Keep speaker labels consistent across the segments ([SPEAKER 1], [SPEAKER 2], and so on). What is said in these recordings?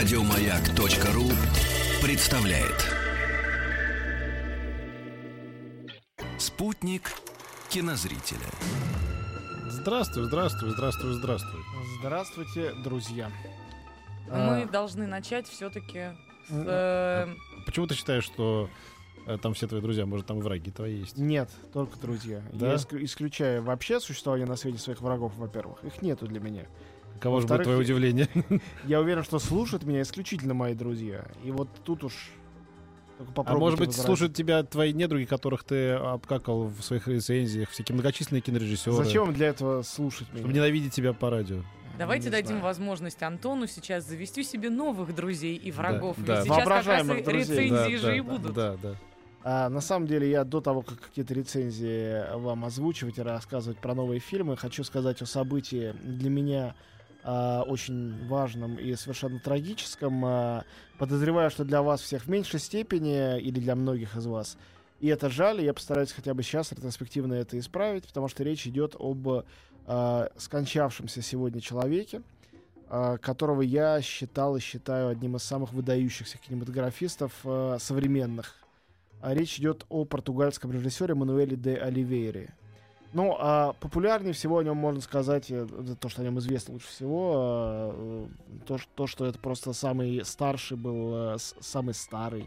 [SPEAKER 1] Радиомаяк.ру представляет Спутник кинозрителя.
[SPEAKER 2] Здравствуй.
[SPEAKER 3] Здравствуйте, друзья.
[SPEAKER 4] Мы должны начать все-таки с...
[SPEAKER 2] Почему ты считаешь, что там все твои друзья, может, там и враги твои есть?
[SPEAKER 3] Нет, только друзья.
[SPEAKER 2] Да?
[SPEAKER 3] Я исключаю вообще существование на свете своих врагов, во-первых. Их нету для меня.
[SPEAKER 2] Кого же будет твое удивление?
[SPEAKER 3] Я уверен, что слушают меня исключительно мои друзья. И вот тут уж только попробуйте.
[SPEAKER 2] А может быть,
[SPEAKER 3] возразить.
[SPEAKER 2] слушают тебя твои недруги, которых ты обкакал в своих рецензиях, всякие многочисленные кинорежиссеры,
[SPEAKER 3] Зачем им для этого слушать меня?
[SPEAKER 2] чтобы ненавидеть тебя по радио.
[SPEAKER 4] Давайте
[SPEAKER 3] Не
[SPEAKER 4] дадим
[SPEAKER 3] знаю.
[SPEAKER 4] возможность Антону сейчас завести себе новых друзей и врагов.
[SPEAKER 2] да.
[SPEAKER 4] Ведь сейчас как раз и
[SPEAKER 3] Воображаемых друзей.
[SPEAKER 4] рецензии же и будут.
[SPEAKER 2] Да.
[SPEAKER 3] На самом деле, я до того, как какие-то рецензии вам озвучивать и рассказывать про новые фильмы, хочу сказать о событии для меня очень важном и совершенно трагическом. Подозреваю, что для вас всех в меньшей степени или для многих из вас. И это жаль, и я постараюсь хотя бы сейчас ретроспективно это исправить, потому что речь идет об скончавшемся сегодня человеке, которого я считал и считаю одним из самых выдающихся кинематографистов современных. Речь идет о португальском режиссере Мануэле де Оливейре. Ну, популярнее всего о нем можно сказать, то, что о нем известно лучше всего, то, что это просто самый старший был, самый старый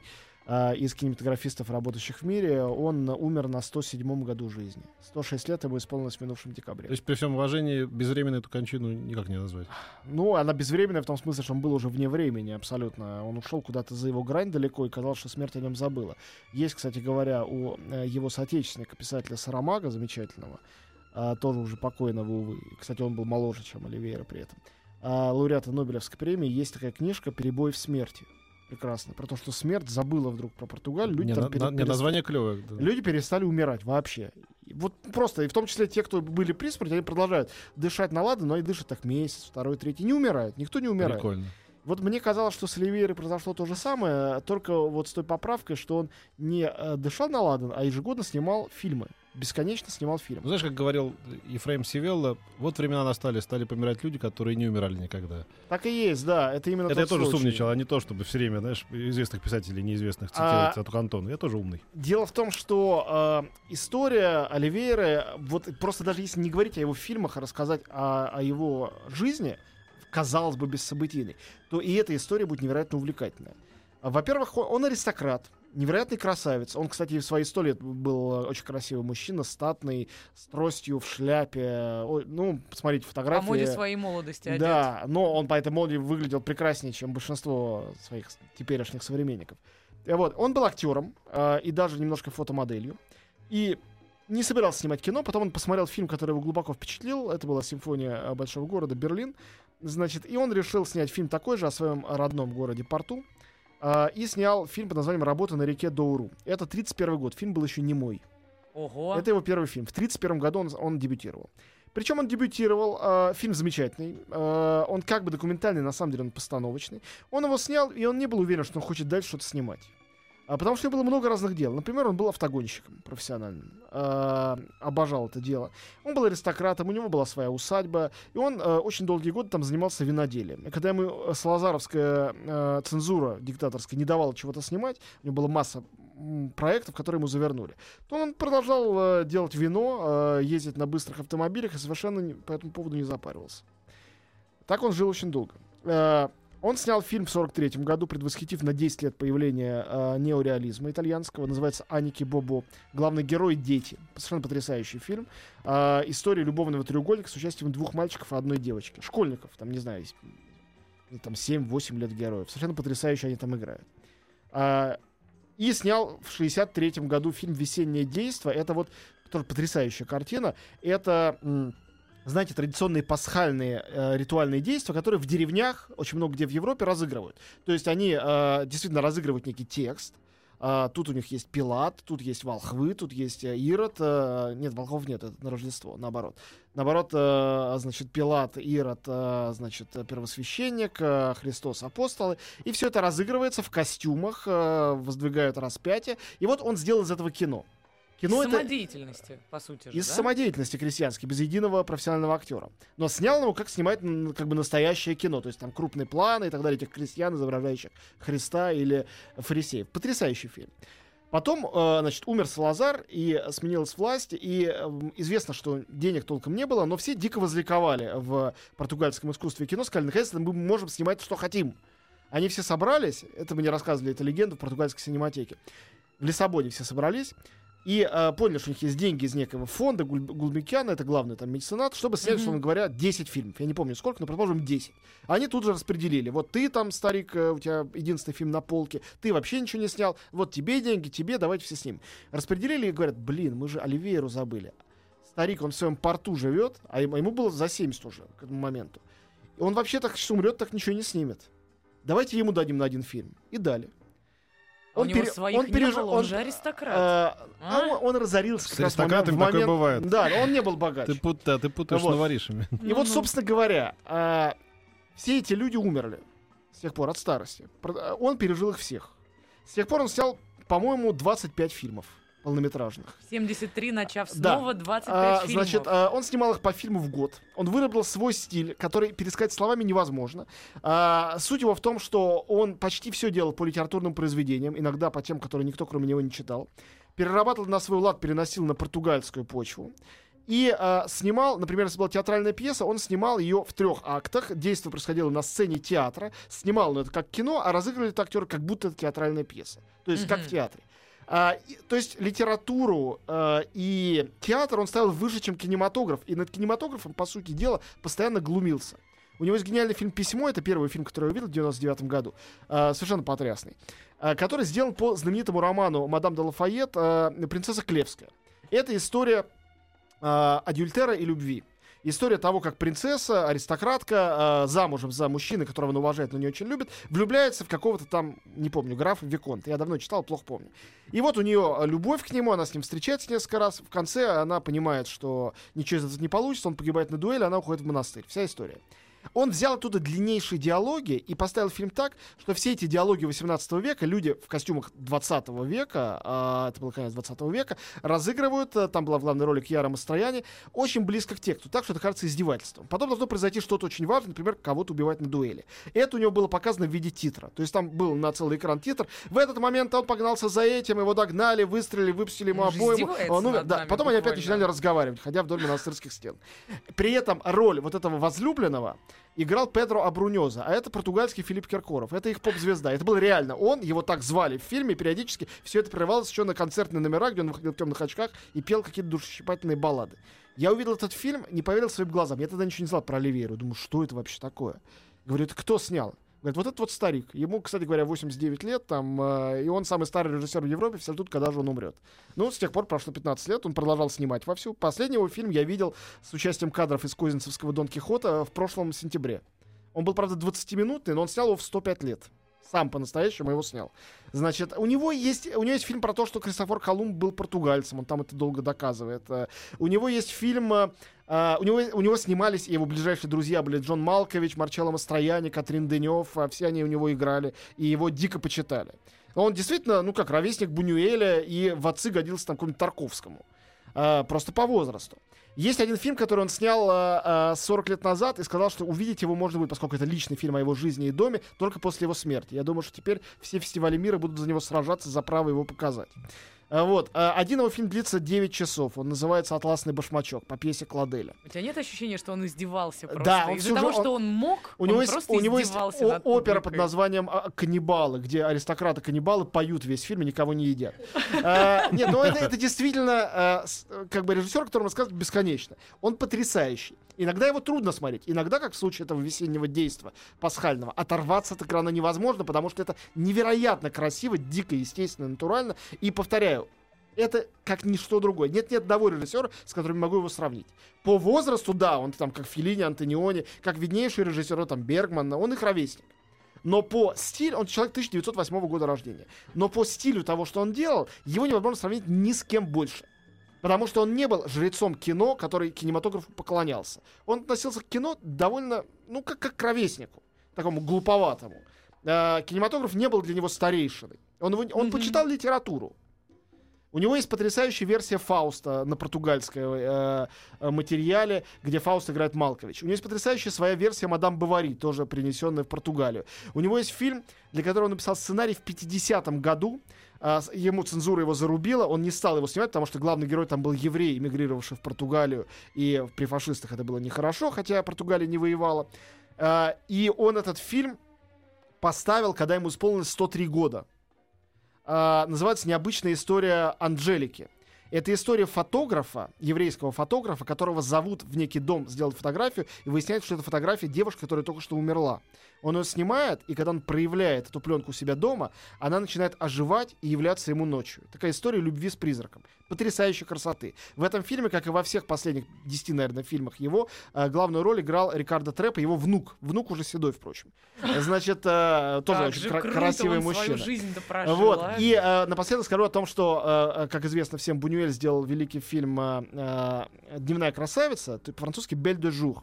[SPEAKER 3] из кинематографистов, работающих в мире. Он умер на 107-м году жизни. 106 лет ему исполнилось в минувшем декабре.
[SPEAKER 2] То есть, при всем уважении, безвременно эту кончину никак не назвать.
[SPEAKER 3] Ну, она безвременная в том смысле, что он был уже вне времени абсолютно. Он ушел куда-то за его грань далеко, и казалось, что смерть о нем забыла. Есть, кстати говоря, у его соотечественника, писателя Сарамаго, замечательного, тоже уже покойного, увы. Кстати, он был моложе, чем Оливейра при этом. Лауреата Нобелевской премии. Есть такая книжка «Перебой в смерти». Прекрасно. Про то, что смерть забыла вдруг про Португалию. Люди,
[SPEAKER 2] Название клевое. Да.
[SPEAKER 3] Люди перестали умирать вообще. И вот просто, и в том числе те, кто были при смерти, они продолжают дышать на ладан, но они дышат так месяц, второй, третий. Не умирают, никто не умирает.
[SPEAKER 2] Прикольно.
[SPEAKER 3] Вот мне казалось, что с Оливейрой произошло то же самое, только вот с той поправкой, что он не дышал на ладан, а ежегодно снимал фильмы. Бесконечно снимал фильмы.
[SPEAKER 2] Знаешь, как говорил Ефрем Сивелла, вот времена настали, стали помирать люди, которые не умирали никогда.
[SPEAKER 3] Так и есть, да. Это именно
[SPEAKER 2] Это я
[SPEAKER 3] тот
[SPEAKER 2] тоже
[SPEAKER 3] случай.
[SPEAKER 2] сумничал, а не то, чтобы все время, знаешь, известных писателей, неизвестных цитировать, а только Антона. Я тоже умный.
[SPEAKER 3] Дело в том, что история Оливейры, вот просто даже если не говорить о его фильмах, а рассказать о его жизни, казалось бы, бессобытийной, то и эта история будет невероятно увлекательная. Во-первых, он аристократ, невероятный красавец. Он, кстати, в свои 100 лет был очень красивый мужчина, статный, с тростью, в шляпе. Ну, посмотрите фотографии.
[SPEAKER 4] По моде своей молодости одет.
[SPEAKER 3] Да, но он по этой моде выглядел прекраснее, чем большинство своих теперешних современников. Вот. Он был актером и даже немножко фотомоделью. И не собирался снимать кино, потом он посмотрел фильм, который его глубоко впечатлил. Это была «Симфония большого города» Берлин. Значит, и он решил снять фильм такой же о своем родном городе Порту. И снял фильм под названием «Работа на реке Доуру». Это 1931 год. Фильм был еще немой.
[SPEAKER 4] Ого.
[SPEAKER 3] Это его первый фильм. В 1931 году он дебютировал. Причем он дебютировал, фильм замечательный, он как бы документальный, на самом деле он постановочный. Он его снял, и он не был уверен, что он хочет дальше что-то снимать. Потому что у него было много разных дел. Например, он был автогонщиком профессиональным. Обожал это дело. Он был аристократом, у него была своя усадьба. И он очень долгие годы там занимался виноделием. И когда ему салазаровская цензура диктаторская не давала чего-то снимать, у него была масса проектов, которые ему завернули, то он продолжал делать вино, ездить на быстрых автомобилях и совершенно по этому поводу не запаривался. Так он жил очень долго. Он снял фильм в 1943 году, предвосхитив на 10 лет появления неореализма итальянского. Называется «Аники Бобо». Главный герой — дети. Совершенно потрясающий фильм. История любовного треугольника с участием 2 мальчиков и 1 девочки. Школьников, там, не знаю, там 7-8 лет героев. Совершенно потрясающе они там играют. И снял в 1963 году фильм «Весеннее действо». Это вот тоже потрясающая картина. Это... знаете, традиционные пасхальные ритуальные действия, которые в деревнях, очень много где в Европе, разыгрывают. То есть они действительно разыгрывают некий текст. Тут у них есть Пилат, тут есть волхвы, тут есть Ирод. Нет, волхвов нет, это на Рождество, наоборот. Наоборот, значит, Пилат, Ирод, значит, первосвященник, Христос, апостолы. И все это разыгрывается в костюмах, воздвигают распятие. И вот он сделал из этого кино. Кино
[SPEAKER 4] Из
[SPEAKER 3] это
[SPEAKER 4] самодеятельности, по сути же,
[SPEAKER 3] из
[SPEAKER 4] да?
[SPEAKER 3] самодеятельности крестьянской, без единого профессионального актера. Но снял его, как снимать как бы настоящее кино. То есть там крупные планы и так далее, этих крестьян, изображающих Христа или фарисеев. Потрясающий фильм. Потом, значит, умер Салазар, и сменилась власть, и известно, что денег толком не было, но все дико возликовали в португальском искусстве кино, сказали, наконец-то мы можем снимать, что хотим. Они все собрались, это мне рассказывали, это легенда в португальской синематеке, в Лиссабоне все собрались, и поняли, что у них есть деньги из некого фонда Гулбекяна, это главный там меценат, чтобы снять, условно говоря, 10 фильмов. Я не помню сколько, но, предположим, 10. Они тут же распределили. Вот ты там, старик, у тебя единственный фильм на полке, ты вообще ничего не снял, вот тебе деньги, тебе, давайте все снимем. Распределили и говорят, блин, мы же Оливейру забыли. Старик, он в своем порту живет, а ему было за 70 уже к этому моменту. И он вообще так, что умрет, так ничего не снимет. Давайте ему дадим на один фильм. И дали.
[SPEAKER 4] У него своих не было, он же аристократ.
[SPEAKER 3] Он разорился
[SPEAKER 2] С
[SPEAKER 3] как раз в
[SPEAKER 2] аристократами
[SPEAKER 3] момент.
[SPEAKER 2] такое бывает.
[SPEAKER 3] Да, но он не был богач.
[SPEAKER 2] Ты путаешь
[SPEAKER 3] Вот.
[SPEAKER 2] с новоришами.
[SPEAKER 3] И вот, собственно говоря, все эти люди умерли с тех пор от старости. Он пережил их всех. С тех пор он снял, по-моему, 25 фильмов полнометражных.
[SPEAKER 4] 73, начав
[SPEAKER 3] Да.
[SPEAKER 4] снова, 25 фильмов.
[SPEAKER 3] Значит, он снимал их по фильму в год. Он выработал свой стиль, который пересказать словами невозможно. Суть его в том, что он почти все делал по литературным произведениям, иногда по тем, которые никто кроме него не читал. Перерабатывал на свой лад, переносил на португальскую почву. И снимал, например, если была театральная пьеса, он снимал ее в 3 актах. Действие происходило на сцене театра. Снимал это как кино, а разыгрывали это актеры, как будто это театральная пьеса. То есть как в театре. То есть литературу и театр он ставил выше, чем кинематограф. И над кинематографом, по сути дела, постоянно глумился. У него есть гениальный фильм «Письмо». Это первый фильм, который я увидел в 99 году. Совершенно потрясный. Который сделан по знаменитому роману «Мадам де Лафайет» «Принцесса Клевская». Это история адюльтера и любви. История того, как принцесса, аристократка, замужем за мужчиной, которого она уважает, но не очень любит, влюбляется в какого-то там, не помню, графа Виконта. Я давно читал, плохо помню. И вот у нее любовь к нему, она с ним встречается несколько раз. В конце она понимает, что ничего из этого не получится, он погибает на дуэли, она уходит в монастырь. Вся история. Он взял оттуда длиннейшие диалоги и поставил фильм так, что все эти диалоги 18 века, люди в костюмах 20 века, это был конец 20 века, разыгрывают, там была в главной роли Кьяра Мастрояни, очень близко к тексту, так что это кажется издевательством. Потом должно произойти что-то очень важное, например, кого-то убивать на дуэли. Это у него было показано в виде титра, то есть там был на целый экран титр. В этот момент он погнался за этим, его догнали, выстрелили, выпустили ему обойму. Он умер. Да. Потом они опять начинали разговаривать, ходя вдоль монастырских стен. При этом роль вот этого возлюбленного играл Педро Абруньоза, а это португальский Филипп Киркоров. Это их поп-звезда. Это был реально он, его так звали в фильме. Периодически все это прерывалось еще на концертные номера, где он выходил в темных очках и пел какие-то душещипательные баллады. Я увидел этот фильм, не поверил своим глазам. Я тогда ничего не знал про Оливейру. Думаю, что это вообще такое? Говорю, это кто снял? Говорит, вот этот вот старик. Ему, кстати говоря, 89 лет, там, и он самый старый режиссер в Европе, все ждут, когда же он умрет. Ну, с тех пор прошло 15 лет, он продолжал снимать вовсю. Последний его фильм я видел с участием кадров из козинцевского Дон Кихота в прошлом сентябре. Он был, правда, 20-минутный, но он снял его в 105 лет. Сам по-настоящему его снял. Значит, у него есть фильм про то, что Христофор Колумб был португальцем. Он там это долго доказывает. У него есть фильм... у него снимались, и его ближайшие друзья были Джон Малкович, Марчелло Мастрояни, Катрин Денёв. Все они у него играли. И его дико почитали. Он действительно, ну как, ровесник Бунюэля, и в отцы годился там какому-нибудь Тарковскому. Просто по возрасту. Есть один фильм, который он снял 40 лет назад и сказал, что увидеть его можно будет, поскольку это личный фильм о его жизни и доме, только после его смерти. Я думаю, что теперь все фестивали мира будут за него сражаться, за право его показать. Вот. Один его фильм длится 9 часов. Он называется «Атласный башмачок» по пьесе Кладеля.
[SPEAKER 4] У тебя нет ощущения, что он издевался просто?
[SPEAKER 3] Да,
[SPEAKER 4] из-за того, что он мог,
[SPEAKER 3] у него
[SPEAKER 4] он просто издевался
[SPEAKER 3] есть
[SPEAKER 4] над
[SPEAKER 3] опера
[SPEAKER 4] публикой.
[SPEAKER 3] под названием «Каннибалы», где аристократы-каннибалы поют весь фильм и никого не едят. Нет, ну это действительно как бы режиссер, которому рассказывать бесконечно. Он потрясающий. Иногда его трудно смотреть. Иногда, как в случае этого весеннего действа пасхального, оторваться от экрана невозможно, потому что это невероятно красиво, дико, естественно, натурально. И, повторяю, это как ничто другое. Нет ни одного режиссера, с которым могу его сравнить. По возрасту, да, он там как Феллини, Антониони, как виднейшие режиссеры, там Бергман, он их ровесник. Но по стилю, он человек 1908 года рождения, но по стилю того, что он делал, его невозможно сравнить ни с кем больше. Потому что он не был жрецом кино, который кинематографу поклонялся. Он относился к кино довольно, ну, как к ровеснику, такому глуповатому. Кинематограф не был для него старейшиной. Он почитал литературу. У него есть потрясающая версия Фауста на португальском материале, где Фауст играет Малкович. У него есть потрясающая своя версия Мадам Бовари, тоже принесенная в Португалию. У него есть фильм, для которого он написал сценарий в 50-м году. Ему цензура его зарубила, он не стал его снимать, потому что главный герой там был еврей, эмигрировавший в Португалию, и при фашистах это было нехорошо, хотя Португалия не воевала. И он этот фильм поставил, когда ему исполнилось 103 года. Называется «Необычная история Анджелики». Это история фотографа, еврейского фотографа, которого зовут в некий дом сделать фотографию, и выясняется, что это фотография девушки, которая только что умерла. Он ее снимает, и когда он проявляет эту пленку у себя дома, она начинает оживать и являться ему ночью. Такая история любви с призраком. Потрясающей красоты. В этом фильме, как и во всех последних 10, наверное, фильмах его, главную роль играл Рикардо Треппо, его внук. Внук уже седой, впрочем. Значит, тоже очень красивый мужчина. Вот. И напоследок скажу о том, что, как известно всем, Бунюэль сделал великий фильм «Дневная красавица», по-французски «Бель де жур».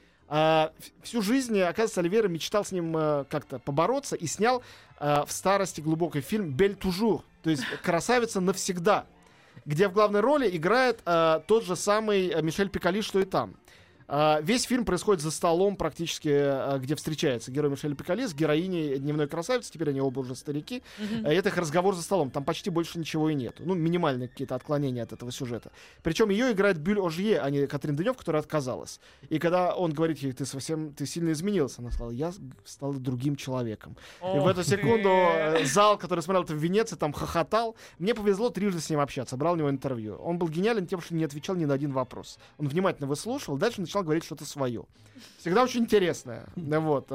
[SPEAKER 3] Всю жизнь, оказывается, Оливьера мечтал с ним как-то побороться и снял в старости глубокий фильм «Бель тужур», то есть «Красавица навсегда», где в главной роли играет тот же самый Мишель Пиколи, что и там. Весь фильм происходит за столом практически, где встречается герой Мишель Пиколи с героиней «Дневной красавицы», теперь они оба уже старики. Это их разговор за столом, там почти больше ничего и нет. Ну, минимальные какие-то отклонения от этого сюжета. Причем ее играет Бюль Ожье, а не Катрин Денев, которая отказалась. И когда он говорит ей: ты сильно изменился, она сказала: я стала другим человеком. И в эту секунду зал, который смотрел это в Венеции, там хохотал. Мне повезло трижды с ним общаться, брал у него интервью. Он был гениален тем, что не отвечал ни на один вопрос. Он внимательно выслушивал, дальше начал говорить что-то свое. Всегда очень интересное. Вот.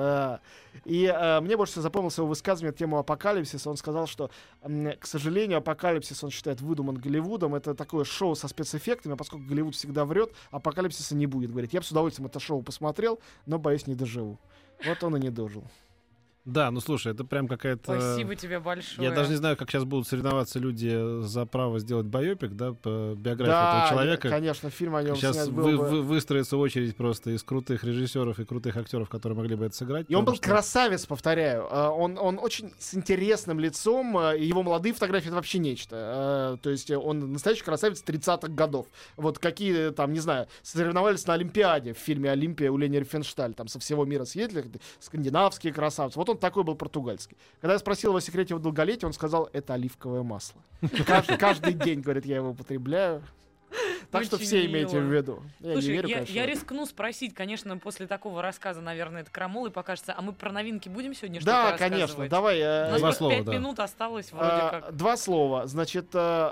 [SPEAKER 3] И мне больше всего запомнился его высказывание на тему апокалипсиса. Он сказал, что, к сожалению, апокалипсис, он считает, выдуман Голливудом. Это такое шоу со спецэффектами, а поскольку Голливуд всегда врет, апокалипсиса не будет. Говорит: я бы с удовольствием это шоу посмотрел, но, боюсь, не доживу. Вот он и не дожил.
[SPEAKER 2] Да, ну слушай, это прям какая-то...
[SPEAKER 4] Спасибо тебе большое.
[SPEAKER 2] Я даже не знаю, как сейчас будут соревноваться люди за право сделать байопик, да, по биографии этого человека.
[SPEAKER 3] Да, конечно, фильм о нем
[SPEAKER 2] сейчас
[SPEAKER 3] снять был бы...
[SPEAKER 2] выстроится очередь просто из крутых режиссеров и крутых актеров, которые могли бы это сыграть.
[SPEAKER 3] И он был красавец, повторяю. Он очень с интересным лицом, и его молодые фотографии — это вообще нечто. То есть он настоящий красавец 30-х годов. Вот какие там, не знаю, соревновались на Олимпиаде в фильме «Олимпия» у Лени Рифеншталь, там со всего мира съездили, скандинавские красавцы. Вот он такой был португальский. Когда я спросил его о секрете его долголетия, он сказал: это оливковое масло. Каждый день, говорит, я его употребляю. Так что все имейте в виду.
[SPEAKER 4] Слушай, я рискну спросить, конечно, после такого рассказа, наверное, это крамолой покажется, а мы про новинки будем сегодня что-то рассказывать?
[SPEAKER 3] Да, конечно, давай.
[SPEAKER 4] У нас 5 минут осталось вроде как.
[SPEAKER 3] 2 слова. Значит,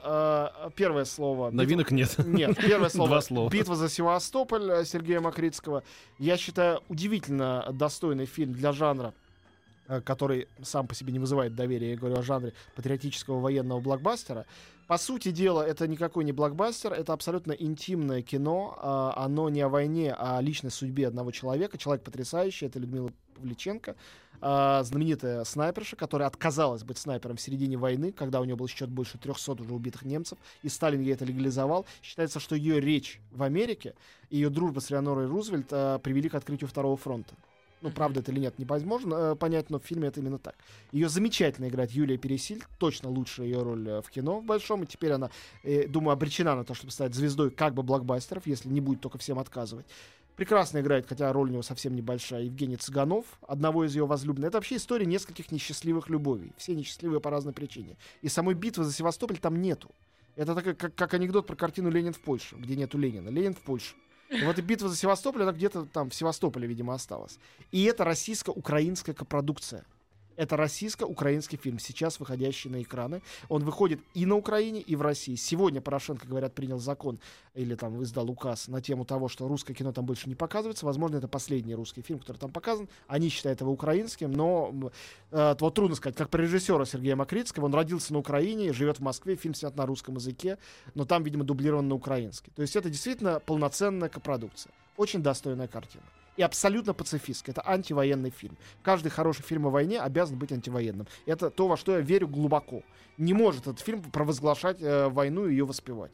[SPEAKER 3] первое слово.
[SPEAKER 2] Новинок нет.
[SPEAKER 3] Нет, первое слово.
[SPEAKER 2] 2 слова.
[SPEAKER 3] «Битва за Севастополь» Сергея Макритского. Я считаю, удивительно достойный фильм для жанра, который сам по себе не вызывает доверия. Я говорю о жанре патриотического военного блокбастера. По сути дела, это никакой не блокбастер, это абсолютно интимное кино. Оно не о войне, а о личной судьбе одного человека. Человек потрясающий, это Людмила Павличенко, знаменитая снайперша, которая отказалась быть снайпером в середине войны, когда у нее был счет больше 300 уже убитых немцев, и Сталин ей это легализовал. Считается, что ее речь в Америке и ее дружба с Элеонорой Рузвельт привели к открытию Второго фронта. Ну, правда это или нет, невозможно понять, но в фильме это именно так. Ее замечательно играет Юлия Пересиль, точно лучшая ее роль в кино в большом, и теперь она, думаю, обречена на то, чтобы стать звездой как бы блокбастеров, если не будет только всем отказывать. Прекрасно играет, хотя роль у него совсем небольшая, Евгений Цыганов, одного из ее возлюбленных. Это вообще история нескольких несчастливых любовей. Все несчастливые по разной причине. И самой битвы за Севастополь там нету. Это так, как анекдот про картину «Ленин в Польше», где нету Ленина. Ленин в Польше. И вот и битва за Севастополь, она где-то там в Севастополе, видимо, осталась. И это российско-украинская копродукция. Это российско-украинский фильм, сейчас выходящий на экраны. Он выходит и на Украине, и в России. Сегодня Порошенко, говорят, принял закон или там издал указ на тему того, что русское кино там больше не показывается. Возможно, это последний русский фильм, который там показан. Они считают его украинским, но вот трудно сказать. Как про режиссера Сергея Макритского, он родился на Украине, живет в Москве, фильм снят на русском языке, но там, видимо, дублирован на украинский. То есть это действительно полноценная копродукция. Очень достойная картина. И абсолютно пацифистская. Это антивоенный фильм. Каждый хороший фильм о войне обязан быть антивоенным. Это то, во что я верю глубоко. Не может этот фильм провозглашать войну и ее воспевать.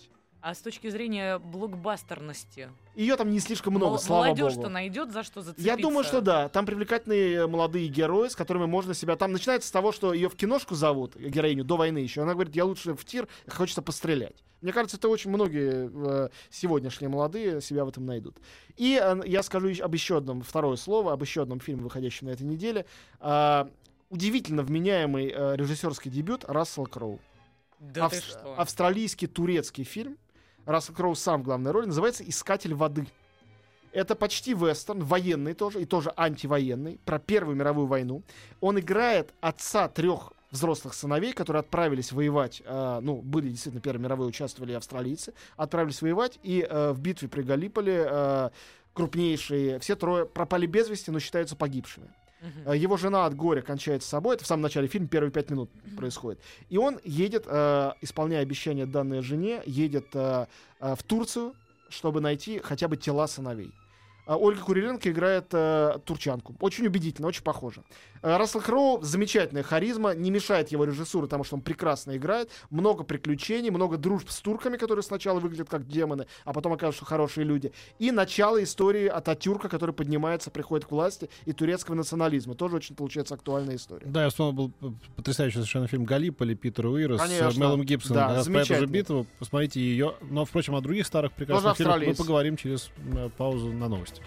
[SPEAKER 4] А с точки зрения блокбастерности,
[SPEAKER 3] Ее там не слишком много, слава богу.
[SPEAKER 4] молодежь-то найдет за что зацепиться?
[SPEAKER 3] Я думаю, что да. Там привлекательные молодые герои, с которыми можно себя... Там начинается с того, что ее в киношку зовут, героиню, до войны еще. Она говорит, я лучше в тир, хочется пострелять. Мне кажется, это очень многие сегодняшние молодые себя в этом найдут. И я скажу об еще одном, второе слово, об еще одном фильме, выходящем на этой неделе. Удивительно вменяемый режиссерский дебют Рассел Кроу.
[SPEAKER 4] Да ты что?
[SPEAKER 3] Австралийский турецкий фильм. Рассел Кроу сам в главной роли, называется «Искатель воды». Это почти вестерн, военный тоже, и тоже антивоенный, про Первую мировую войну. Он играет отца 3 взрослых сыновей, которые отправились воевать, были действительно Первой мировой, участвовали австралийцы, отправились воевать, и в битве при Галлиполи крупнейшие, все 3 пропали без вести, но считаются погибшими. Его жена от горя кончает с собой. Это в самом начале фильма, первые 5 минут происходит. И он едет, исполняя обещание, данное жене, едет в Турцию, чтобы найти хотя бы тела сыновей. Ольга Куриленко играет турчанку. Очень убедительно, очень похоже. Рассел Кроу, замечательная харизма, не мешает его режиссуре, потому что он прекрасно играет. Много приключений, много дружб с турками, которые сначала выглядят как демоны, а потом окажутся хорошие люди. И начало истории Ататюрка, который поднимается, приходит к власти, и турецкого национализма. Тоже очень получается актуальная история.
[SPEAKER 2] Да, я вспомнил, был потрясающий совершенно фильм «Галлиполи» Питера Уира с Мелом Гибсоном.
[SPEAKER 3] Да,
[SPEAKER 2] по эту же битву. Посмотрите ее. Но, впрочем, о других старых прекрасных фильмах мы поговорим через паузу на новости.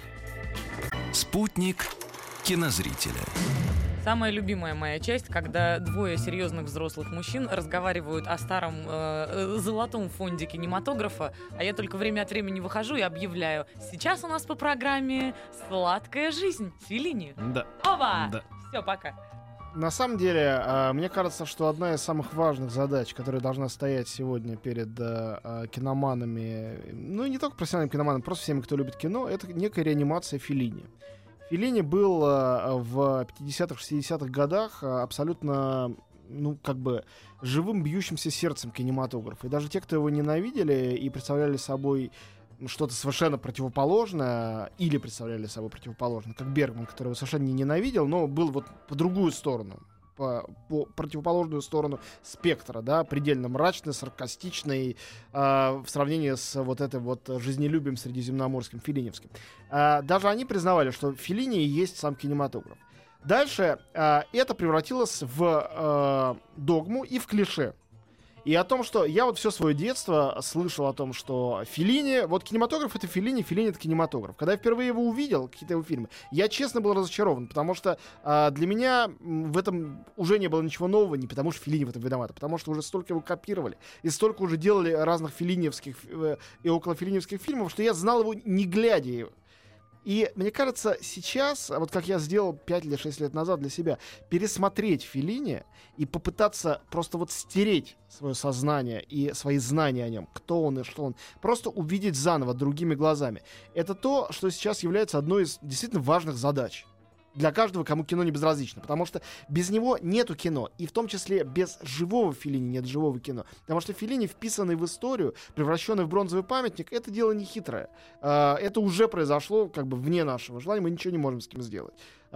[SPEAKER 1] Спутник кинозрителя.
[SPEAKER 4] Самая любимая моя часть, когда 2 серьезных взрослых мужчин разговаривают о старом золотом фонде кинематографа, а я только время от времени выхожу и объявляю: сейчас у нас по программе «Сладкая жизнь» с Феллини.
[SPEAKER 2] Да.
[SPEAKER 4] Оба!
[SPEAKER 2] Да.
[SPEAKER 4] Все, пока.
[SPEAKER 3] На самом деле, мне кажется, что одна из самых важных задач, которая должна стоять сегодня перед киноманами, ну, не только профессиональными киноманами, просто всеми, кто любит кино, это некая реанимация Феллини. Феллини был в 50-х, 60-х годах абсолютно, живым, бьющимся сердцем кинематографа. И даже те, кто его ненавидели и представляли собой что-то совершенно противоположное, или представляли собой противоположное, как Бергман, которого совершенно не ненавидел, но был вот по другую сторону, по противоположную сторону спектра, да, предельно мрачный, саркастичный, в сравнении с вот этим вот жизнелюбием средиземноморским, феллиневским. Даже они признавали, что Феллини и есть сам кинематограф. Дальше это превратилось в догму и в клише. И о том, что я вот все свое детство слышал о том, что Феллини, вот кинематограф — это Феллини, Феллини — это кинематограф. Когда я впервые его увидел, какие-то его фильмы, я честно был разочарован, потому что для меня в этом уже не было ничего нового, не потому что Феллини в этом виноват, а потому что уже столько его копировали, и столько уже делали разных феллиневских и околофеллиневских фильмов, что я знал его, не глядя его. И мне кажется, сейчас, вот как я сделал 5 или 6 лет назад для себя, пересмотреть Феллини и попытаться просто вот стереть свое сознание и свои знания о нем, кто он и что он, просто увидеть заново другими глазами. Это то, что сейчас является одной из действительно важных задач для каждого, кому кино не безразлично, потому что без него нету кино, и в том числе без живого Феллини нет живого кино, потому что Феллини, вписанный в историю, превращенный в бронзовый памятник, это дело не хитрое, это уже произошло как бы вне нашего желания, мы ничего не можем с этим сделать.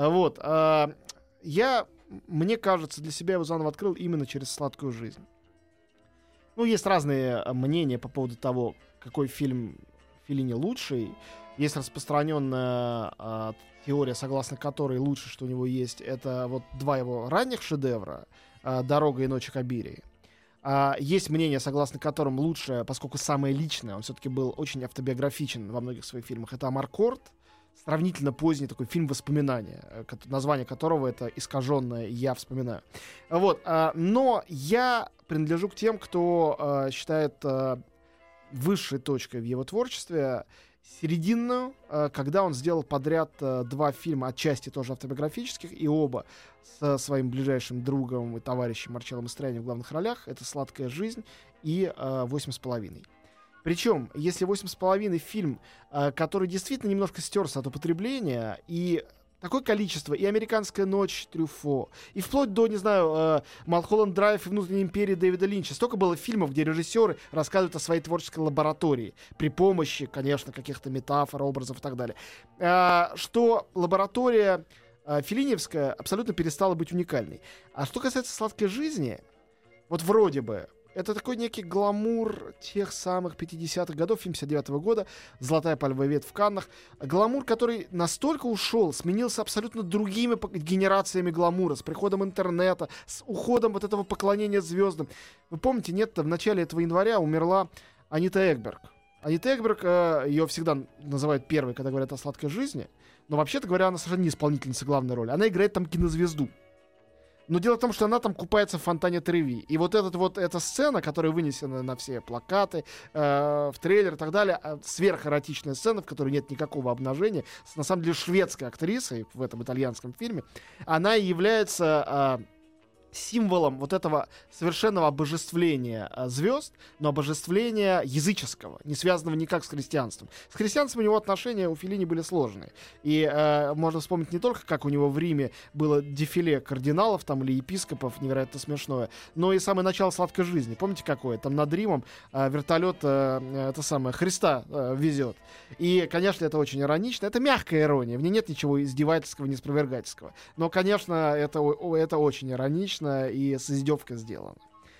[SPEAKER 3] Мне кажется, для себя его заново открыл именно через «Сладкую жизнь». Ну, есть разные мнения по поводу того, какой фильм Феллини лучший. Есть распространенная теория, согласно которой лучше, что у него есть, это вот 2 его ранних шедевра «Дорога и ночи Кабирии». Есть мнение, согласно которым лучше, поскольку самое личное, он все-таки был очень автобиографичен во многих своих фильмах, это «Амаркорд», сравнительно поздний такой фильм «Воспоминания», название которого это искаженное «Я вспоминаю». Но я принадлежу к тем, кто считает высшей точкой в его творчестве серединную, когда он сделал подряд 2 фильма, отчасти тоже автобиографических, и оба со своим ближайшим другом и товарищем Марчелло Мастроянни в главных ролях. Это «Сладкая жизнь» и «8,5». Причем, если «8,5» фильм, который действительно немножко стерся от употребления, и такое количество, и «Американская ночь» Трюфо, и вплоть до, не знаю, «Малхолланд Драйв» и «Внутренняя империя» Дэвида Линча. Столько было фильмов, где режиссеры рассказывают о своей творческой лаборатории при помощи, конечно, каких-то метафор, образов и так далее. Что лаборатория феллиневская абсолютно перестала быть уникальной. А что касается «Сладкой жизни», вот вроде бы, Это такой некий гламур тех самых 50-х годов, фильм 59-го года, «Золотая пальмовая ветвь» в Каннах. Гламур, который настолько ушел, сменился абсолютно другими генерациями гламура, с приходом интернета, с уходом вот этого поклонения звездам. Вы помните, нет, в начале этого января умерла Анита Экберг. Анита Экберг, ее всегда называют первой, когда говорят о «Сладкой жизни», но вообще-то говоря, она совершенно не исполнительница главной роли. Она играет там кинозвезду. Но дело в том, что она там купается в фонтане Треви. И вот эта сцена, которая вынесена на все плакаты, в трейлер и так далее, сверхэротичная сцена, в которой нет никакого обнажения, на самом деле шведской актрисой в этом итальянском фильме, она является символом вот этого совершенного обожествления звезд, но обожествления языческого, не связанного никак с христианством. С христианством у него отношения у Феллини были сложные. И можно вспомнить не только, как у него в Риме было дефиле кардиналов там, или епископов, невероятно смешное, но и самое начало «Сладкой жизни». Помните, какое? Там над Римом вертолет Христа везет. И, конечно, это очень иронично. Это мягкая ирония. В ней нет ничего издевательского, неспровергательского. Но, конечно, это очень иронично и с издевкой сделано.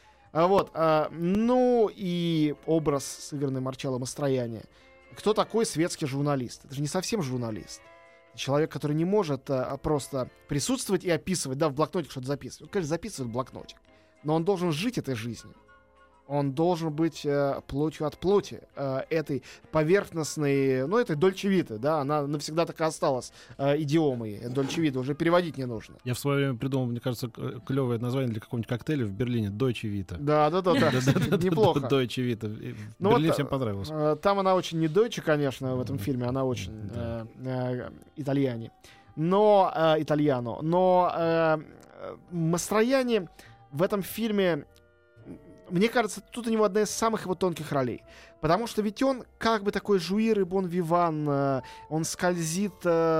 [SPEAKER 3] Ну и образ, сыгранный Марчелло Мастроянни. Кто такой светский журналист? Это же не совсем журналист. Человек, который не может просто присутствовать и описывать, да, в блокнотик что-то записывать. Он, конечно, записывает блокнотик, но он должен жить этой жизнью. Он должен быть плотью от плоти этой поверхностной, ну, этой Дольче Виты, да, она навсегда так и осталась идиомой. Дольче Вита уже переводить не нужно.
[SPEAKER 2] Я в свое время придумал, мне кажется, клевое название для какого-нибудь коктейля в Берлине. Дойче Вита.
[SPEAKER 3] Да. Неплохо.
[SPEAKER 2] Дойче Вита. Берлин всем понравился.
[SPEAKER 3] Там она очень не Дойче, конечно, в этом фильме. Она очень итальяне. Но итальяно. Но Мастроянни в этом фильме, мне кажется, тут у него одна из самых его тонких ролей. Потому что ведь он как бы такой жуир и бон-виван. Он скользит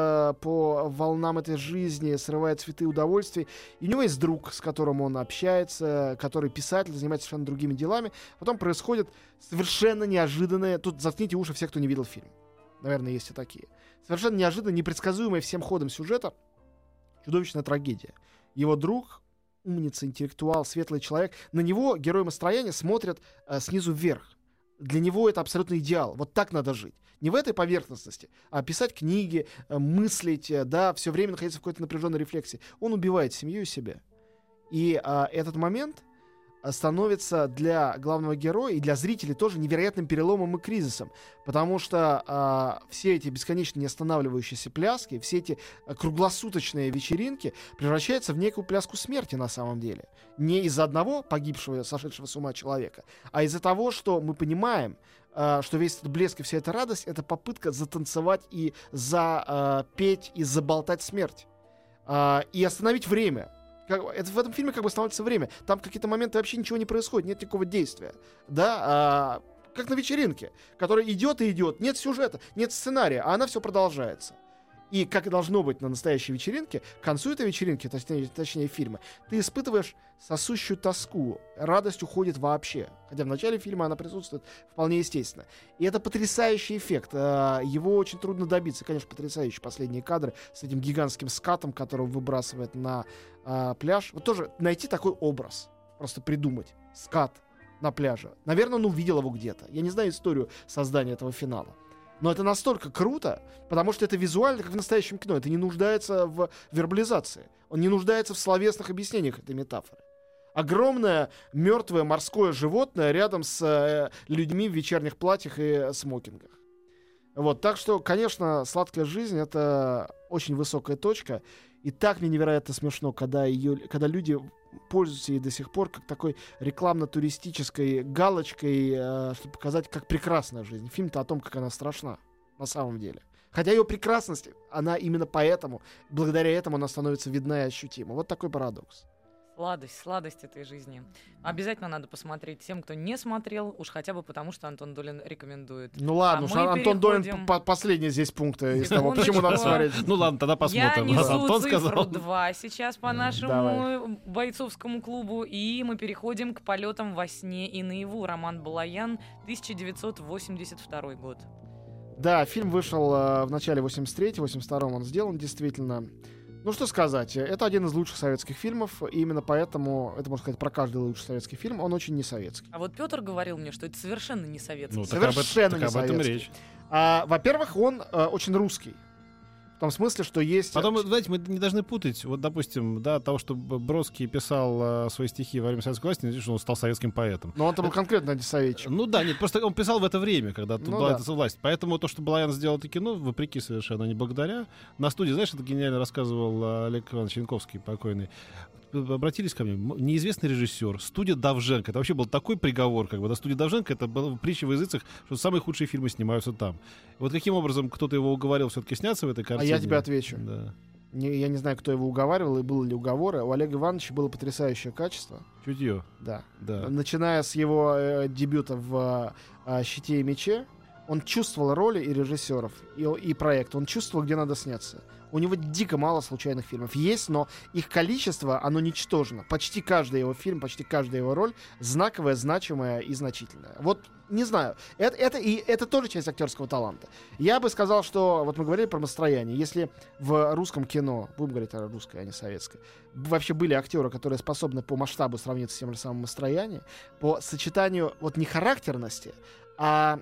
[SPEAKER 3] по волнам этой жизни, срывает цветы удовольствий. И у него есть друг, с которым он общается, который писатель, занимается совершенно другими делами. Потом происходит совершенно неожиданное... Тут заткните уши все, кто не видел фильм. Наверное, есть и такие. Совершенно неожиданно, непредсказуемая всем ходом сюжета чудовищная трагедия. Его друг... умница, интеллектуал, светлый человек. На него герои Мастроянни смотрят снизу вверх. Для него это абсолютный идеал. Вот так надо жить. Не в этой поверхностности, а писать книги, мыслить, да, все время находиться в какой-то напряженной рефлексии. Он убивает семью и себя. И этот момент становится для главного героя и для зрителей тоже невероятным переломом и кризисом. Потому что все эти бесконечно не останавливающиеся пляски, все эти круглосуточные вечеринки превращаются в некую пляску смерти на самом деле. Не из-за одного погибшего, сошедшего с ума человека, а из-за того, что мы понимаем, что весь этот блеск и вся эта радость — это попытка затанцевать и запеть и заболтать смерть. И остановить время. Это в этом фильме как бы становится время. Там в какие-то моменты вообще ничего не происходит, нет никакого действия. Да, как на вечеринке, которая идет и идет. Нет сюжета, нет сценария, а она все продолжается. И как и должно быть на настоящей вечеринке, к концу этой вечеринки, точнее фильма, ты испытываешь сосущую тоску. Радость уходит вообще. Хотя в начале фильма она присутствует вполне естественно. И это потрясающий эффект. Его очень трудно добиться. Конечно, потрясающие последние кадры с этим гигантским скатом, который он выбрасывает на пляж. Вот тоже найти такой образ. Просто придумать. Скат на пляже. Наверное, он увидел его где-то. Я не знаю историю создания этого финала. Но это настолько круто, потому что это визуально, как в настоящем кино. Это не нуждается в вербализации. Он не нуждается в словесных объяснениях этой метафоры. Огромное мертвое морское животное рядом с людьми в вечерних платьях и смокингах. Вот, так что, конечно, «Сладкая жизнь» — это очень высокая точка. И так мне невероятно смешно, когда люди пользуются ей до сих пор как такой рекламно-туристической галочкой, чтобы показать, как прекрасна жизнь. Фильм-то о том, как она страшна на самом деле. Хотя ее прекрасность, она именно поэтому, благодаря этому она становится видна и ощутима. Вот такой парадокс.
[SPEAKER 4] Сладость этой жизни. Обязательно надо посмотреть тем, кто не смотрел, уж хотя бы потому, что Антон Долин рекомендует.
[SPEAKER 3] Ну ладно, Антон Долин последний здесь пункт из того, почему надо смотреть.
[SPEAKER 2] Ну ладно, тогда посмотрим.
[SPEAKER 4] Я несу
[SPEAKER 2] Антон
[SPEAKER 4] цифру
[SPEAKER 2] сказал.
[SPEAKER 4] 2 сейчас по нашему бойцовскому клубу, и мы переходим к «Полетам во сне и наяву». Роман Балаян, 1982 год.
[SPEAKER 3] Да, фильм вышел в начале 83-го, 82-м он сделан, действительно. Ну, что сказать, это один из лучших советских фильмов, и именно поэтому, это можно сказать про каждый лучший советский фильм, он очень не советский.
[SPEAKER 4] А вот Петр говорил мне, что это совершенно не советский.
[SPEAKER 2] Ну,
[SPEAKER 4] фильм.
[SPEAKER 3] Совершенно
[SPEAKER 2] так
[SPEAKER 3] не
[SPEAKER 2] об этом
[SPEAKER 3] советский.
[SPEAKER 2] речь.
[SPEAKER 3] Во-первых, он очень русский. В том смысле, что есть...
[SPEAKER 2] Потом, знаете, мы не должны путать, вот, допустим, да, от того, что Бродский писал свои стихи во время советской власти, не значит, что он стал советским поэтом.
[SPEAKER 3] Но он-то был конкретно антисоветчик.
[SPEAKER 2] Ну да, нет, просто он писал в это время, когда тут
[SPEAKER 3] Ну
[SPEAKER 2] была
[SPEAKER 3] да.
[SPEAKER 2] эта власть. Поэтому то, что Балаян сделал это кино, вопреки совершенно, не благодаря. На студии, знаешь, это гениально рассказывал Олег Иванович Янковский, покойный. Обратились ко мне, неизвестный режиссер, студия Довженко. Это вообще был такой приговор, как бы, да, студия Довженко, это была притча в языцах, что самые худшие фильмы снимаются там. Вот каким образом кто-то его уговорил все-таки сняться в этой
[SPEAKER 3] А
[SPEAKER 2] картине?
[SPEAKER 3] я тебе отвечу.
[SPEAKER 2] Да.
[SPEAKER 3] Я не знаю, кто его уговаривал и было ли уговоры. У Олега Ивановича было потрясающее качество.
[SPEAKER 2] Чутье.
[SPEAKER 3] Да.
[SPEAKER 2] Да.
[SPEAKER 3] Начиная с его дебюта в «Щите и мече», он чувствовал роли и режиссеров, и проект. Он чувствовал, где надо сняться. У него дико мало случайных фильмов. Есть, но их количество, оно ничтожно. Почти каждый его фильм, почти каждая его роль знаковая, значимая и значительная. Вот, не знаю. Это тоже часть актерского таланта. Я бы сказал, что... Вот мы говорили про «Мастрояние». Если в русском кино, будем говорить о русской, а не советской, вообще были актеры, которые способны по масштабу сравниться с тем же самым «Мастроянием», по сочетанию вот не характерности, а...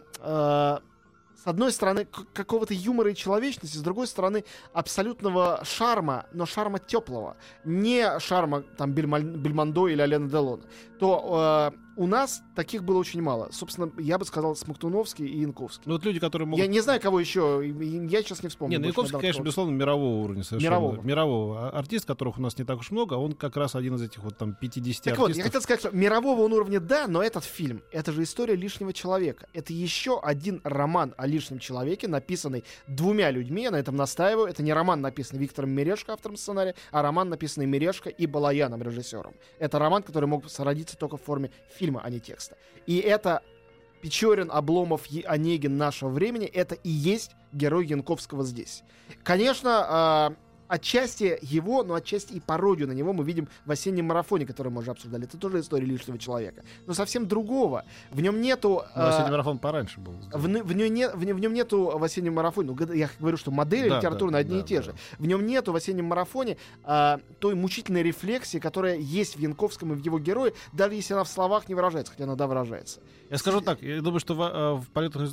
[SPEAKER 3] с одной стороны, какого-то юмора и человечности, с другой стороны, абсолютного шарма, но шарма теплого. Не шарма там Бельмондо или Алена Делона. То у нас таких было очень мало. Собственно, я бы сказал, Смоктуновский и Янковский.
[SPEAKER 2] Ну, вот люди, которые могут...
[SPEAKER 3] Я не знаю, кого еще, я сейчас не вспомню.
[SPEAKER 2] Не, ну Янковский, конечно, безусловно, мирового уровня совершенно. Мирового. Артист, которых у нас не так уж много, он как раз один из этих вот там 50
[SPEAKER 3] так
[SPEAKER 2] артистов.
[SPEAKER 3] вот, я хотел сказать, что мирового он уровня, да, но этот фильм, это же история лишнего человека. Это еще один роман о лишнем человеке, написанный двумя людьми, я на этом настаиваю. Это не роман, написанный Виктором Мирешко, автором сценария, а роман, написанный Мирешко и Балаяном, режиссером. Это роман, который мог сродиться только в форме фильма, а не текста. И это Печорин, Обломов, Онегин нашего времени, это и есть герой Янковского здесь. Конечно, отчасти его, но отчасти и пародию на него мы видим в «Осеннем марафоне», который мы уже обсуждали. Это тоже история лишнего человека. Но совсем другого. В нем нету...
[SPEAKER 2] «Осенний марафон» пораньше был.
[SPEAKER 3] В нем нету в «Осеннем марафоне». Ну, я говорю, что модели литературные одни и те же. В нем нету в «Осеннем марафоне» той мучительной рефлексии, которая есть в Янковском и в его герое, даже если она в словах не выражается, хотя иногда выражается.
[SPEAKER 2] Я скажу так, я думаю, что в «Полетах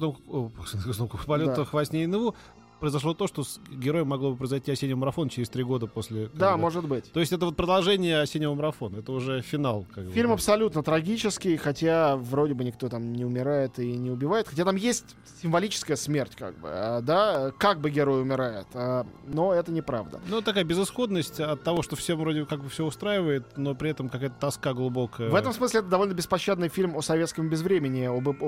[SPEAKER 2] во сне и наяву» произошло то, что с героем могло бы произойти «Осенний марафон» через 3 года после...
[SPEAKER 3] Да, может быть.
[SPEAKER 2] То есть это вот продолжение «Осеннего марафона», это уже финал.
[SPEAKER 3] Фильм абсолютно трагический, хотя вроде бы никто там не умирает и не убивает, хотя там есть символическая смерть, как бы, да, как бы герой умирает, но это неправда.
[SPEAKER 2] Ну, такая безысходность от того, что всем вроде как бы все устраивает, но при этом какая-то тоска глубокая.
[SPEAKER 3] В этом смысле это довольно беспощадный фильм о советском безвремени,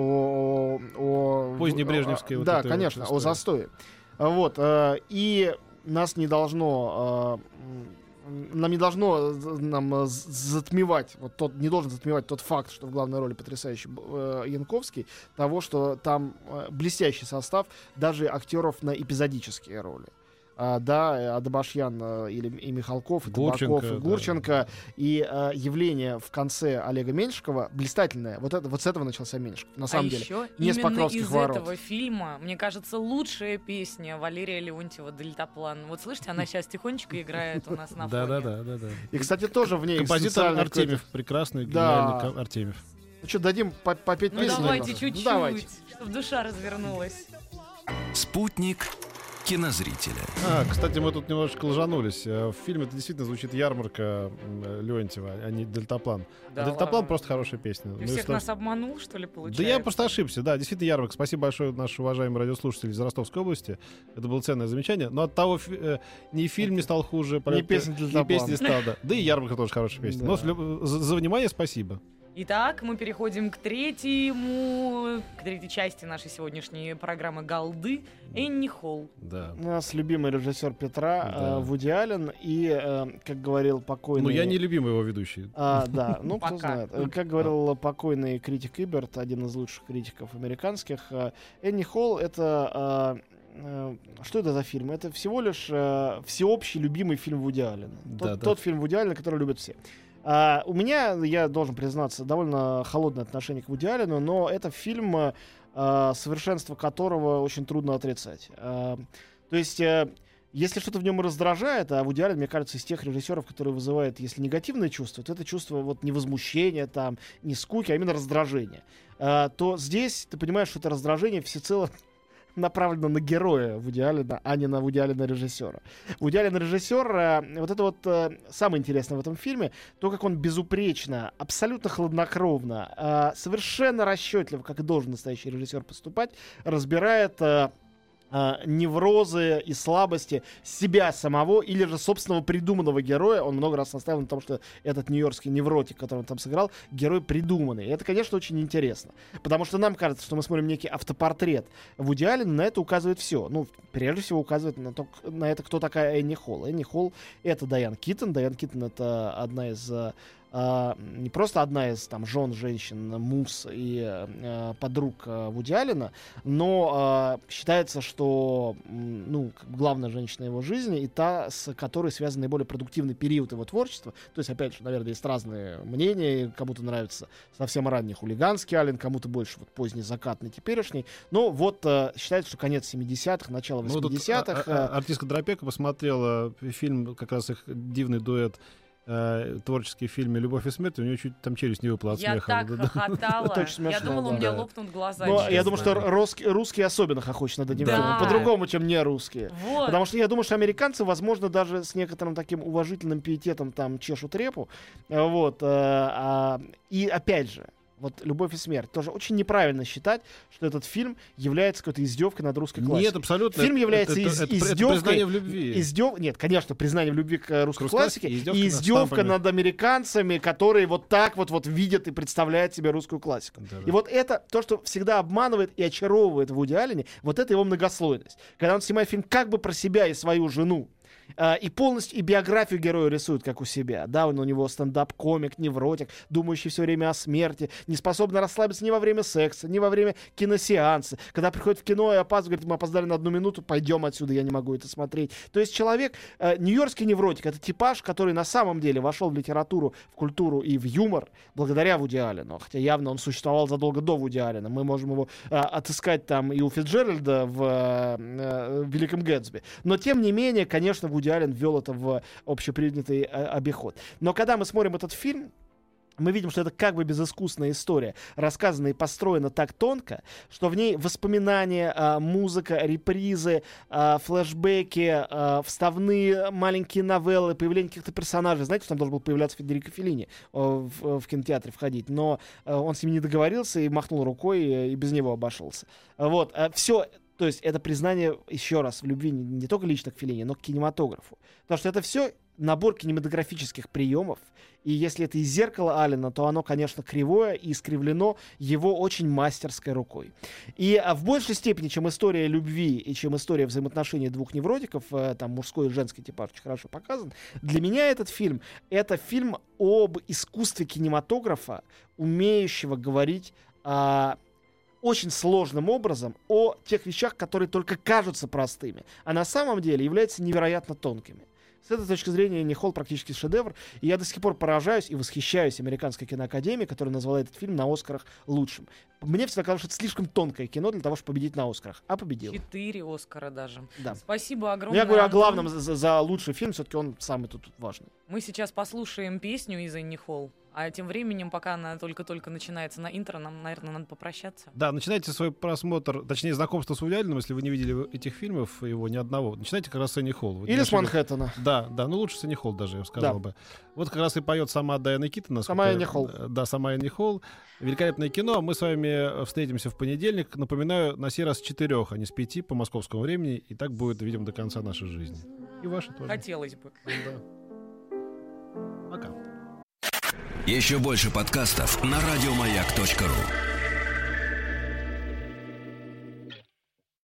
[SPEAKER 3] о
[SPEAKER 2] позднебрежневской.
[SPEAKER 3] Да, конечно, о застое. Вот, и нас не должно... Нам не должно затмевать, вот тот, не должен затмевать тот факт, что в главной роли потрясающий Янковский, того, что там блестящий состав даже актеров на эпизодические роли. Да, Адабашьян и Михалков, и Табаков, и Гурченко, и явление в конце Олега Меньшикова блистательное. Вот с этого начался Меньшиков, на самом деле.
[SPEAKER 4] Еще
[SPEAKER 3] не с
[SPEAKER 4] именно
[SPEAKER 3] Покровских
[SPEAKER 4] из
[SPEAKER 3] ворот.
[SPEAKER 4] этого фильма, мне кажется, лучшая песня Валерия Леонтьева «Дельтаплан». Вот слышите, она сейчас тихонечко играет у нас на фоне.
[SPEAKER 2] Да.
[SPEAKER 3] И, кстати, тоже в ней
[SPEAKER 2] композитор Артемьев, прекрасный, гениальный Артемьев.
[SPEAKER 3] Ну что, дадим попеть
[SPEAKER 4] Ну
[SPEAKER 3] песню?
[SPEAKER 4] давайте чуть-чуть,
[SPEAKER 3] Давайте.
[SPEAKER 4] чтобы душа развернулась.
[SPEAKER 1] Спутник кинозрителя.
[SPEAKER 2] Кстати, мы тут немножечко лжанулись. В фильме это действительно звучит «Ярмарка» Леонтьева, а не «Дельтаплан».
[SPEAKER 4] Да,
[SPEAKER 2] «Дельтаплан»
[SPEAKER 4] ладно.
[SPEAKER 2] просто хорошая песня.
[SPEAKER 4] Ты всех нас обманул, что ли, получается?
[SPEAKER 2] Да я просто ошибся, да, действительно «Ярмарка». Спасибо большое, наши уважаемые радиослушатели из Ростовской области. Это было ценное замечание. Но от того ни фильм не стал хуже,
[SPEAKER 3] Ни песня
[SPEAKER 2] не стал, да. Да и «Ярмарка» тоже хорошая песня.
[SPEAKER 3] Да.
[SPEAKER 2] Но за внимание спасибо.
[SPEAKER 4] Итак, мы переходим к третьей части нашей сегодняшней программы «Голды» Энни Холл.
[SPEAKER 2] Да.
[SPEAKER 3] У нас любимый режиссер Петра,
[SPEAKER 2] Да.
[SPEAKER 3] Вуди Аллен, и, как говорил покойный...
[SPEAKER 2] Ну, я не любимый его ведущий.
[SPEAKER 3] Да, ну, кто
[SPEAKER 4] Пока.
[SPEAKER 3] знает. Как говорил покойный критик Иберт, один из лучших критиков американских, Энни Холл — это... Что это за фильм? Это всего лишь всеобщий любимый фильм Вуди Аллена. Тот фильм Вуди Аллена, который любят все. У меня, я должен признаться, довольно холодное отношение к Вуди Аллену, но это фильм, совершенство которого очень трудно отрицать. То есть Если что-то в нем раздражает, а Вуди Аллен, мне кажется, из тех режиссеров, которые вызывают, если негативное чувство, то это чувство вот не возмущения, там, не скуки, а именно раздражения. То здесь ты понимаешь, что это раздражение всецело направлено на героя Вуди Аллена, а не на Вуди Аллена режиссера. Вуди Аллен режиссер, вот это вот самое интересное в этом фильме, то, как он безупречно, абсолютно хладнокровно, совершенно расчетливо, как и должен настоящий режиссер поступать, разбирает неврозы и слабости себя самого или же собственного придуманного героя. Он много раз настаивал на том, что этот нью-йоркский невротик, который он там сыграл, герой придуманный. И это, конечно, очень интересно. Потому что нам кажется, что мы смотрим некий автопортрет Вуди Аллена, на это указывает все. Ну, прежде всего, указывает на это, кто такая Энни Холл. Энни Холл — это Дайан Китон. Дайан Китон — это одна из... не просто одна из там жен, женщин, муз и подруг Вуди Аллена, но считается, что главная женщина его жизни и та, с которой связан наиболее продуктивный период его творчества. То есть, опять же, наверное, есть разные мнения. Кому-то нравится совсем ранний хулиганский Аллен, кому-то больше вот поздний закатный, теперешний. Но вот считается, что конец 70-х, начало 80-х.
[SPEAKER 2] Артистка Дропека посмотрела фильм, как раз их дивный дуэт, творческий фильме «Любовь и смерть», у нее чуть там челюсть не выпала от смеха.
[SPEAKER 4] Я так хохотала. Я думала, у меня лопнут глаза.
[SPEAKER 3] Но я думаю, что русские особенно хохочут над этим фильмом. По-другому, чем не русские.
[SPEAKER 4] Вот.
[SPEAKER 3] Потому что я думаю, что американцы, возможно, даже с некоторым таким уважительным пиететом там чешут репу. Вот. И опять же, вот «Любовь и смерть». Тоже очень неправильно считать, что этот фильм является какой-то издевкой над русской классикой.
[SPEAKER 2] Нет, абсолютно.
[SPEAKER 3] Фильм является издевкой.
[SPEAKER 2] Это признание в любви.
[SPEAKER 3] Нет, конечно, признание в любви к русской классике. И
[SPEAKER 2] издевка
[SPEAKER 3] над американцами, которые вот так вот видят и представляют себе русскую классику.
[SPEAKER 2] Да-да.
[SPEAKER 3] И вот это то, что всегда обманывает и очаровывает в Вуди Аллене, вот это его многослойность. Когда он снимает фильм как бы про себя и свою жену, и полностью и биографию героя рисует, как у себя. Да, он у него стендап-комик, невротик, думающий все время о смерти, не способный расслабиться ни во время секса, ни во время киносеанса. Когда приходит в кино и опаздывает, говорит, мы опоздали на 1 минуту, пойдем отсюда, я не могу это смотреть. То есть человек, нью-йоркский невротик, это типаж, который на самом деле вошел в литературу, в культуру и в юмор благодаря Вуди Аллену. Хотя явно он существовал задолго до Вуди Аллена. Мы можем его отыскать там и у Фицджеральда в «Великом Гэтсби». Но тем не менее, конечно, Вуди Аллен ввел это в общепринятый обиход. Но когда мы смотрим этот фильм, мы видим, что это как бы безыскусная история, рассказана и построена так тонко, что в ней воспоминания, музыка, репризы, флешбеки, вставные маленькие новеллы, появление каких-то персонажей. Знаете, что там должен был появляться Федерико Феллини в кинотеатре входить, но он с ним не договорился и махнул рукой, и без него обошелся. Вот, все. То есть это признание, еще раз, в любви не только лично к Феллини, но к кинематографу. Потому что это все набор кинематографических приемов. И если это из зеркала Аллена, то оно, конечно, кривое и искривлено его очень мастерской рукой. И в большей степени, чем история любви и чем история взаимоотношений двух невротиков, там мужской и женский типаж очень хорошо показан, для меня этот фильм — это фильм об искусстве кинематографа, умеющего говорить очень сложным образом о тех вещах, которые только кажутся простыми, а на самом деле являются невероятно тонкими. С этой точки зрения Энни Холл практически шедевр, и я до сих пор поражаюсь и восхищаюсь Американской киноакадемией, которая назвала этот фильм на Оскарах лучшим. Мне всегда казалось, что это слишком тонкое кино для того, чтобы победить на Оскарах, а победил.
[SPEAKER 4] 4 Оскара даже.
[SPEAKER 3] Да.
[SPEAKER 4] Спасибо огромное.
[SPEAKER 3] Я говорю о главном за лучший фильм, все-таки он самый тут важный.
[SPEAKER 4] Мы сейчас послушаем песню из Энни Холл. А тем временем, пока она только-только начинается на интро, нам, наверное, надо попрощаться.
[SPEAKER 2] Да, начинайте свой просмотр, точнее, знакомство с Вуди Алленом, если вы не видели этих фильмов, его ни одного. Начинайте как раз с Энни Холл.
[SPEAKER 3] Или с Манхэттена.
[SPEAKER 2] Да, ну лучше с Энни Холл даже, я бы сказал бы. Вот как раз и поет сама Дайана Китон.
[SPEAKER 3] Сама Энни Холл.
[SPEAKER 2] Да, сама Энни Холл. Великолепное кино. Мы с вами встретимся в понедельник. Напоминаю, на сей раз с 4, а не с 5 по московскому времени. И так будет, видимо, до конца нашей жизни. И вашей тоже.
[SPEAKER 4] Хотелось бы.
[SPEAKER 2] Да. Пока.
[SPEAKER 1] Еще больше подкастов на радиомаяк.ру.